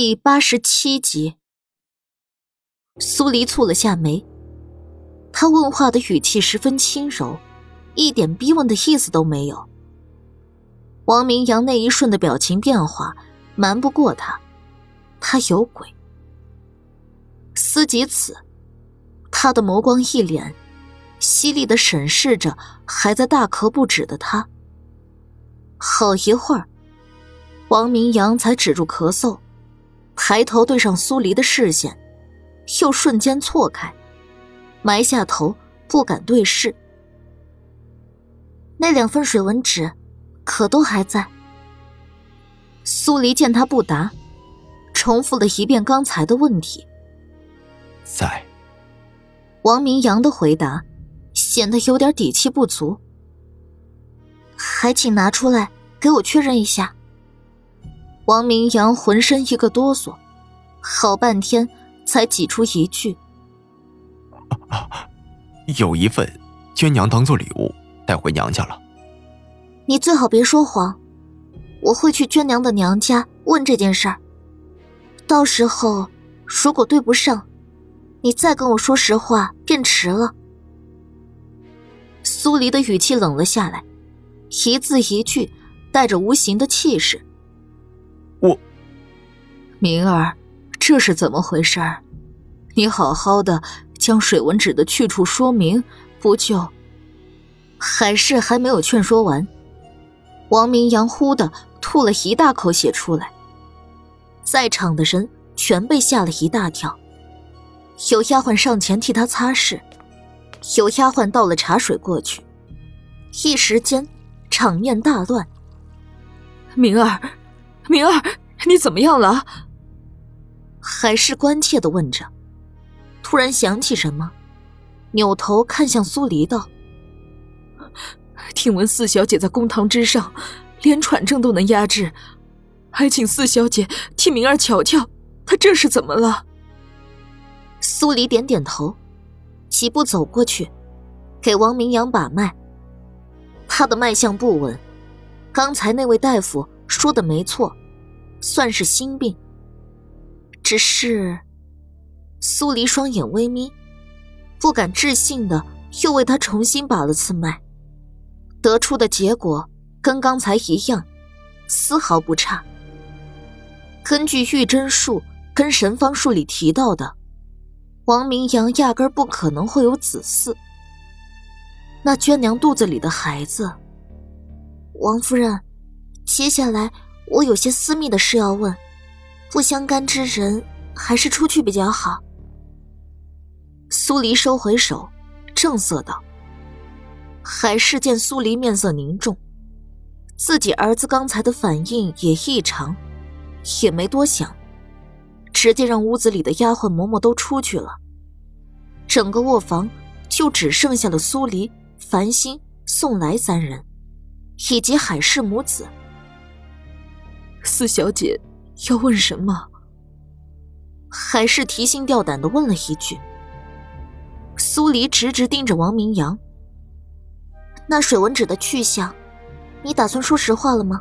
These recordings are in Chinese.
第87集。苏黎蹙了下眉，他问话的语气十分轻柔，一点逼问的意思都没有。王明阳那一瞬的表情变化瞒不过他，他有鬼。思及此，他的眸光一敛，犀利地审视着还在大咳不止的他。好一会儿，王明阳才止住咳嗽，抬头对上苏黎的视线，又瞬间错开，埋下头不敢对视。那2份水纹纸可都还在？苏黎见他不答，重复了一遍刚才的问题。 在。 王明阳的回答显得有点底气不足。还请拿出来给我确认一下。王明阳浑身一个哆嗦，好半天才挤出一句： 有一份，娟娘当做礼物带回娘家了。 你最好别说谎，我会去娟娘的娘家问这件事儿。到时候如果对不上，你再跟我说实话便迟了。苏黎的语气冷了下来，一字一句带着无形的气势。明儿，这是怎么回事？你好好的将水纹纸的去处说明，不就……海氏还没有劝说完，王明阳忽地吐了一大口血出来，在场的人全被吓了一大跳。有丫鬟上前替他擦拭，有丫鬟倒了茶水过去，一时间场面大乱。 明儿，你怎么样了？ 海氏关切地问着，突然想起什么，扭头看向苏黎道： 听闻四小姐在公堂之上连喘症都能压制，还请四小姐替明儿瞧瞧，她这是怎么了？ 苏黎点点头，几步走过去，给王明阳把脉。他的脉象不稳，刚才那位大夫说的没错，算是心病。只是苏黎双眼微眯，不敢置信的又为他重新把了次脉，得出的结果跟刚才一样，丝毫不差。根据玉针术跟神方术里提到的，王明阳压根不可能会有子嗣。那娟娘肚子里的孩子……王夫人，接下来我有些私密的事要问，不相干之人还是出去比较好。苏黎收回手，正色道。海氏见苏黎面色凝重，自己儿子刚才的反应也异常，也没多想，直接让屋子里的丫鬟嬷嬷都出去了。整个卧房就只剩下了苏黎、繁星、宋来3人，以及海氏母子。 四小姐要问什么？ 海氏提心吊胆地问了一句。苏黎直直盯着王明阳。那水纹纸的去向，你打算说实话了吗？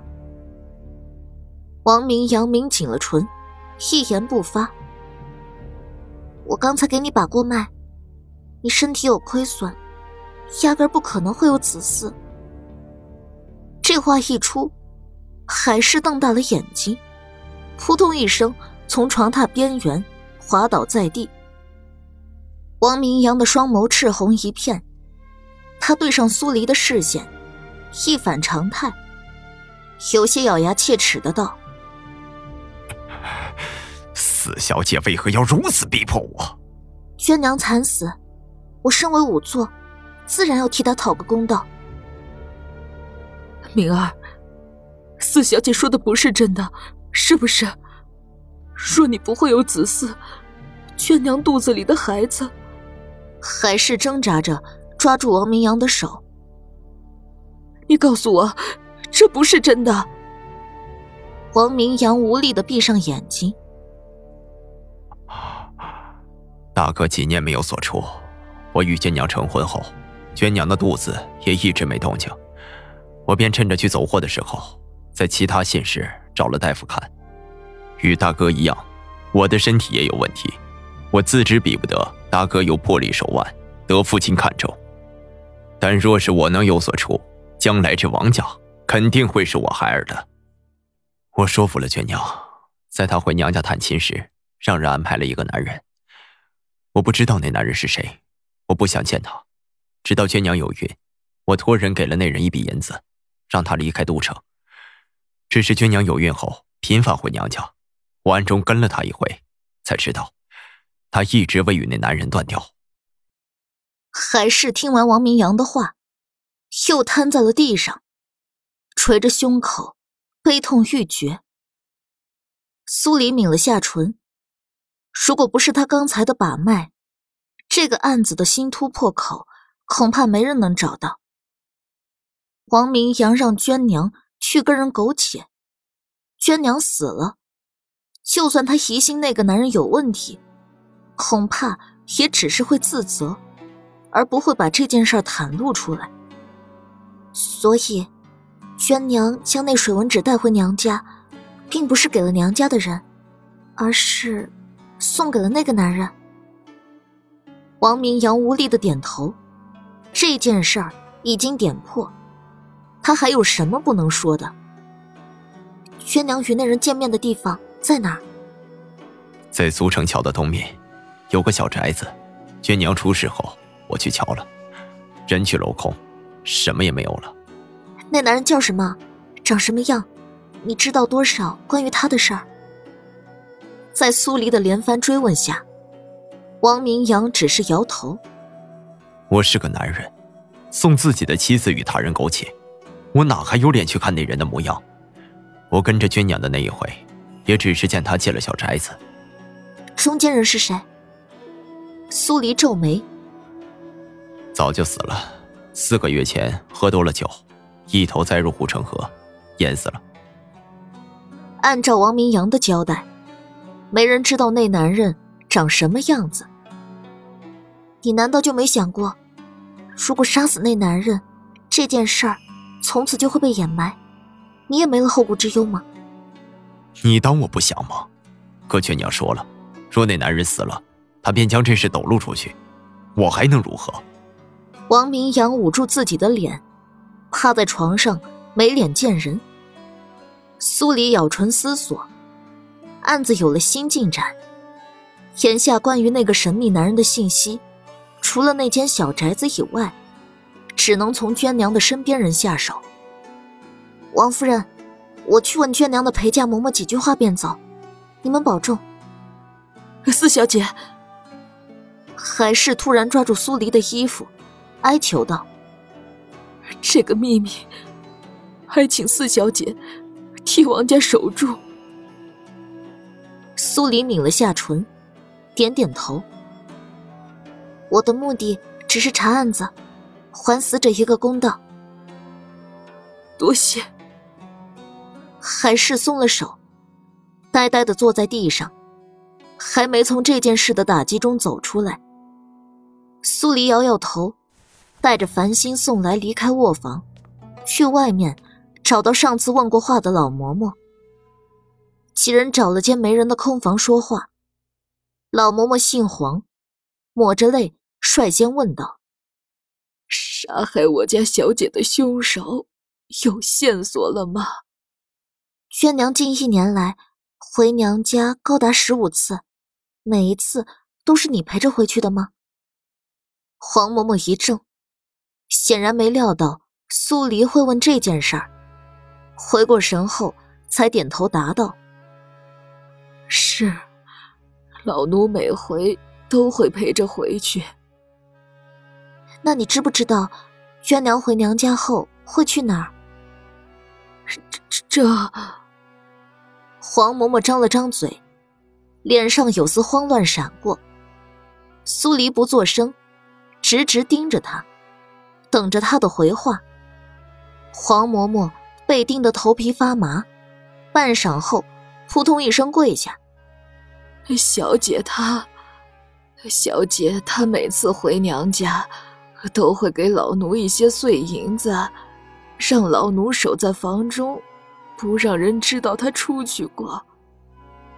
王明阳抿紧了唇，一言不发。我刚才给你把过脉，你身体有亏损，压根不可能会有子嗣。这话一出，海氏瞪大了眼睛，扑通一声从床榻边缘滑倒在地。王明阳的双眸赤红一片，他对上苏黎的视线，一反常态，有些咬牙切齿的道： 四小姐为何要如此逼迫我？ 娟娘惨死，我身为仵作，自然要替她讨个公道。 明儿，四小姐说的不是真的，是不是？若你不会有子嗣，娟娘肚子里的孩子…… 海氏挣扎着抓住王明阳的手。 你告诉我，这不是真的。 王明阳无力地闭上眼睛。 大哥几年没有所出，我与娟娘成婚后，娟娘的肚子也一直没动静，我便趁着去走货的时候，在其他县市找了大夫看，与大哥一样我的身体也有问题，我自知比不得大哥有魄力手腕，得父亲看重。但若是我能有所出，将来这王家肯定会是我孩儿的。我说服了娟娘，在她回娘家探亲时，让人安排了一个男人。我不知道那男人是谁，我不想见他。直到娟娘有孕，我托人给了那人一笔银子，让他离开都城。只是娟娘有孕后频繁回娘家，我暗中跟了她一回，才知道她一直未与那男人断掉。 海氏听完王明阳的话，又瘫在了地上，捶着胸口，悲痛欲绝。苏黎抿了下唇，如果不是他刚才的把脉，这个案子的新突破口恐怕没人能找到。王明阳让娟娘去跟人苟且，娟娘死了，就算他疑心那个男人有问题，恐怕也只是会自责，而不会把这件事袒露出来。所以娟娘将那水纹纸带回娘家，并不是给了娘家的人，而是送给了那个男人。王明阳无力地点头，这件事儿已经点破，他还有什么不能说的？娟娘与那人见面的地方在哪儿？ 在苏城桥的东面，有个小宅子。娟娘出事后，我去瞧了，人去楼空，什么也没有了。 那男人叫什么？长什么样？你知道多少关于他的事儿？在苏黎的连番追问下，王明阳只是摇头。 我是个男人，送自己的妻子与他人苟且，我哪还有脸去看那人的模样？我跟着娟娘的那一回，也只是见他借了小宅子。 中间人是谁？苏黎皱眉。 早就死了，4个月前喝多了酒，一头栽入护城河，淹死了。 按照王明阳的交代，没人知道那男人长什么样子。你难道就没想过，如果杀死那男人，这件事儿从此就会被掩埋，你也没了后顾之忧吗？ 你当我不想吗？可娟娘说了，若那男人死了，他便将这事抖露出去，我还能如何？ 王明阳捂住自己的脸，趴在床上没脸见人。苏黎咬唇思索，案子有了新进展。眼下关于那个神秘男人的信息，除了那间小宅子以外，只能从娟娘的身边人下手。王夫人，我去问娟娘的陪嫁嬷嬷几句话便走，你们保重。 四小姐。 海氏突然抓住苏黎的衣服，哀求道： 这个秘密还请四小姐替王家守住。 苏黎抿了下唇，点点头。我的目的只是查案子，还死者一个公道。 多谢。 海氏松了手，呆呆地坐在地上，还没从这件事的打击中走出来。苏黎摇摇头，带着繁星送来离开卧房，去外面找到上次问过话的老嬷嬷。几人找了间没人的空房说话。老嬷嬷姓黄，抹着泪率先问道： 杀害我家小姐的凶手有线索了吗？ 娟娘近1年来回娘家高达15次，每一次都是你陪着回去的吗？黄嬷嬷一怔，显然没料到苏黎会问这件事儿，回过神后才点头答道： 是，老奴每回都会陪着回去。 那你知不知道娟娘回娘家后会去哪儿？ 这…… 黄嬷嬷张了张嘴，脸上有丝慌乱闪过。苏黎不作声，直直盯着他，等着他的回话。黄嬷嬷被盯得头皮发麻，半晌后扑通一声跪下： 小姐她每次回娘家都会给老奴一些碎银子，让老奴守在房中，不让人知道她出去过。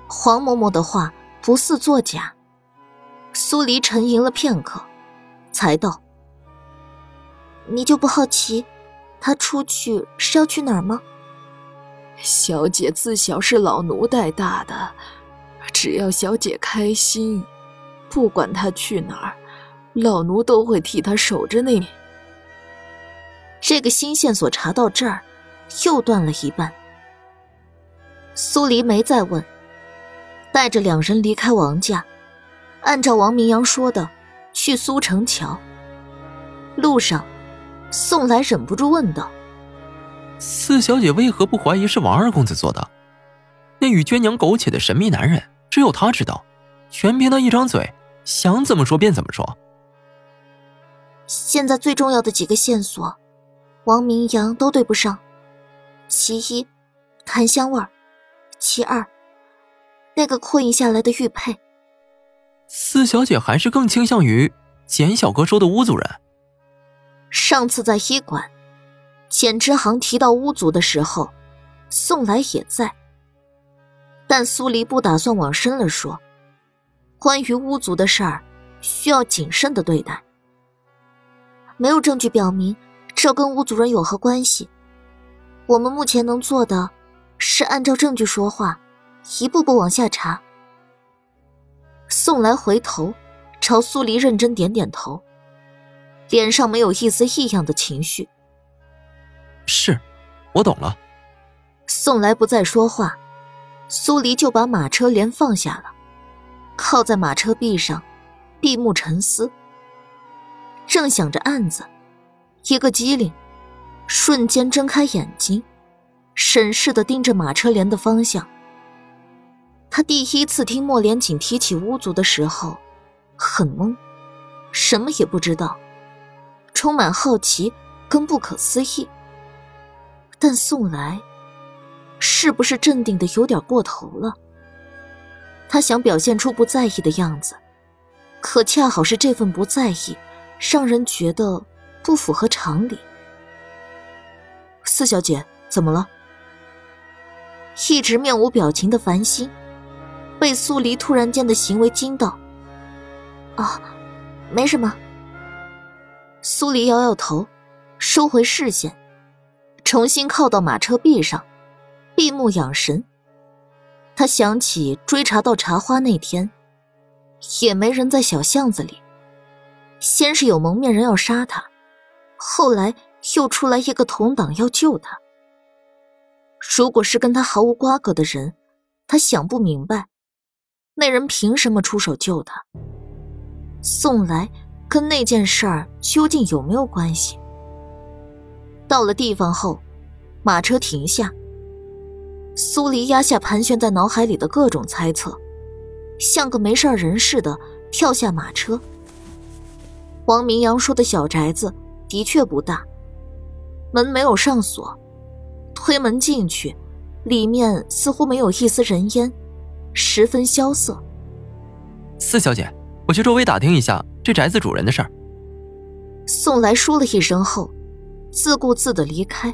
黄嬷嬷的话不似作假。苏黎沉吟了片刻，才道：“你就不好奇，他出去是要去哪儿吗？” 小姐自小是老奴带大的，只要小姐开心，不管她去哪儿，老奴都会替她守着那。 这个新线索查到这儿，又断了一半。苏黎没再问，带着两人离开王家，按照王明阳说的去苏城桥。路上，宋来忍不住问道：“ 四小姐为何不怀疑是王二公子做的？那与娟娘苟且的神秘男人，只有他知道，全凭他一张嘴，想怎么说便怎么说。” 现在最重要的几个线索，王明阳都对不上。其一，檀香味儿；其二，那个扩印下来的玉佩。 四小姐还是更倾向于简小哥说的巫族人。 上次在医馆，简之行提到巫族的时候，宋来也在。但苏黎不打算往深了说，关于巫族的事儿，需要谨慎的对待。没有证据表明这跟巫族人有何关系，我们目前能做的是按照证据说话，一步步往下查。宋来回头朝苏黎认真点点头，脸上没有一丝异样的情绪。 是，我懂了。 宋来不再说话，苏黎就把马车帘放下了，靠在马车壁上，闭目沉思。正想着案子，一个机灵，瞬间睁开眼睛，审视地盯着马车帘的方向。他第一次听莫连锦提起巫族的时候，很懵，什么也不知道，充满好奇跟不可思议。但宋来是不是镇定的有点过头了？他想表现出不在意的样子，可恰好是这份不在意让人觉得不符合常理。四小姐怎么了？一直面无表情的繁星被苏黎突然间的行为惊到。啊，没什么。苏黎摇摇头，收回视线，重新靠到马车壁上，闭目养神。他想起追查到茶花那天，也没人在小巷子里，先是有蒙面人要杀他，后来又出来一个同党要救他。如果是跟他毫无瓜葛的人，他想不明白，那人凭什么出手救他？宋来跟那件事儿究竟有没有关系？到了地方后，马车停下，苏黎压下盘旋在脑海里的各种猜测，像个没事人似的跳下马车。王明阳说的小宅子的确不大，门没有上锁，推门进去，里面似乎没有一丝人烟，十分萧瑟。 四小姐，我去周围打听一下这宅子主人的事儿。 宋来说了一声后，自顾自地离开。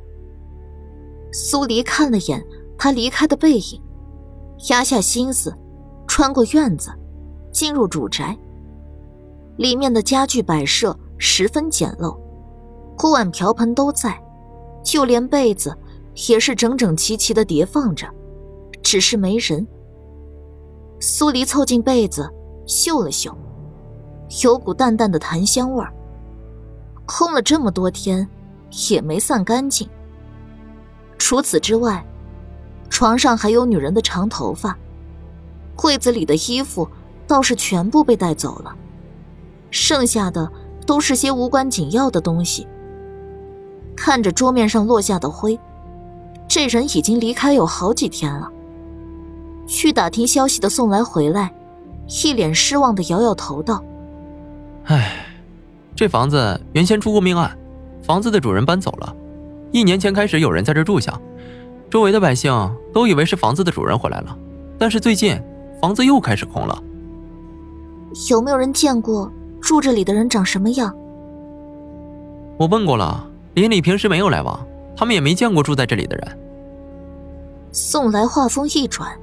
苏黎看了眼他离开的背影，压下心思，穿过院子，进入主宅。里面的家具摆设十分简陋，锅碗瓢盆都在，就连被子也是整整齐齐地叠放着，只是没人。苏黎凑近被子嗅了嗅，有股淡淡的檀香味儿，空了这么多天也没散干净。除此之外，床上还有女人的长头发，柜子里的衣服倒是全部被带走了，剩下的都是些无关紧要的东西。看着桌面上落下的灰，这人已经离开有好几天了。去打听消息的宋来回来，一脸失望地摇摇头道：“ 唉，这房子原先出过命案，房子的主人搬走了，1年前开始有人在这住下，周围的百姓都以为是房子的主人回来了，但是最近房子又开始空了。” 有没有人见过住这里的人长什么样？ 我问过了，邻里平时没有来往，他们也没见过住在这里的人。 宋来话锋一转，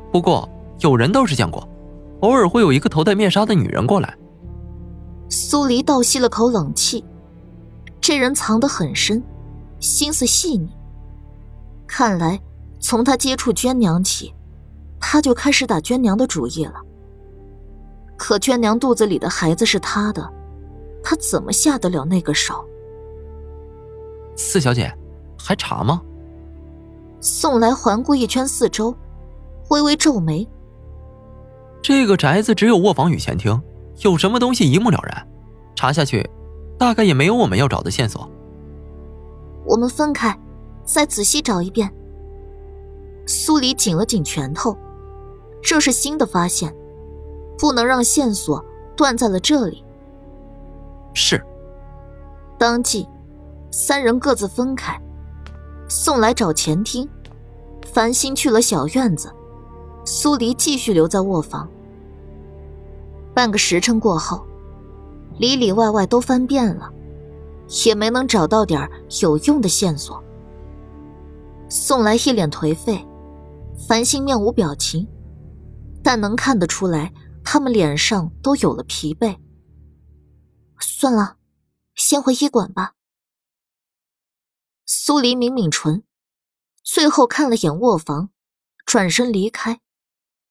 不过有人倒是见过，偶尔会有一个头戴面纱的女人过来。 苏黎倒吸了口冷气，这人藏得很深，心思细腻。看来从他接触娟娘起，他就开始打娟娘的主意了。可娟娘肚子里的孩子是他的，他怎么下得了那个手？ 四小姐，还茶吗？ 宋来环顾一圈四周，微微皱眉。 这个宅子只有卧房与前厅，有什么东西一目了然，查下去大概也没有我们要找的线索。 我们分开，再仔细找一遍。苏黎紧了紧拳头，这是新的发现，不能让线索断在了这里。 是。 当即三人各自分开，宋来找前厅，繁星去了小院子，苏黎继续留在卧房。半个时辰过后，里里外外都翻遍了，也没能找到点有用的线索。宋来一脸颓废，繁星面无表情，但能看得出来他们脸上都有了疲惫。算了，先回医馆吧。苏黎抿抿唇，最后看了眼卧房，转身离开。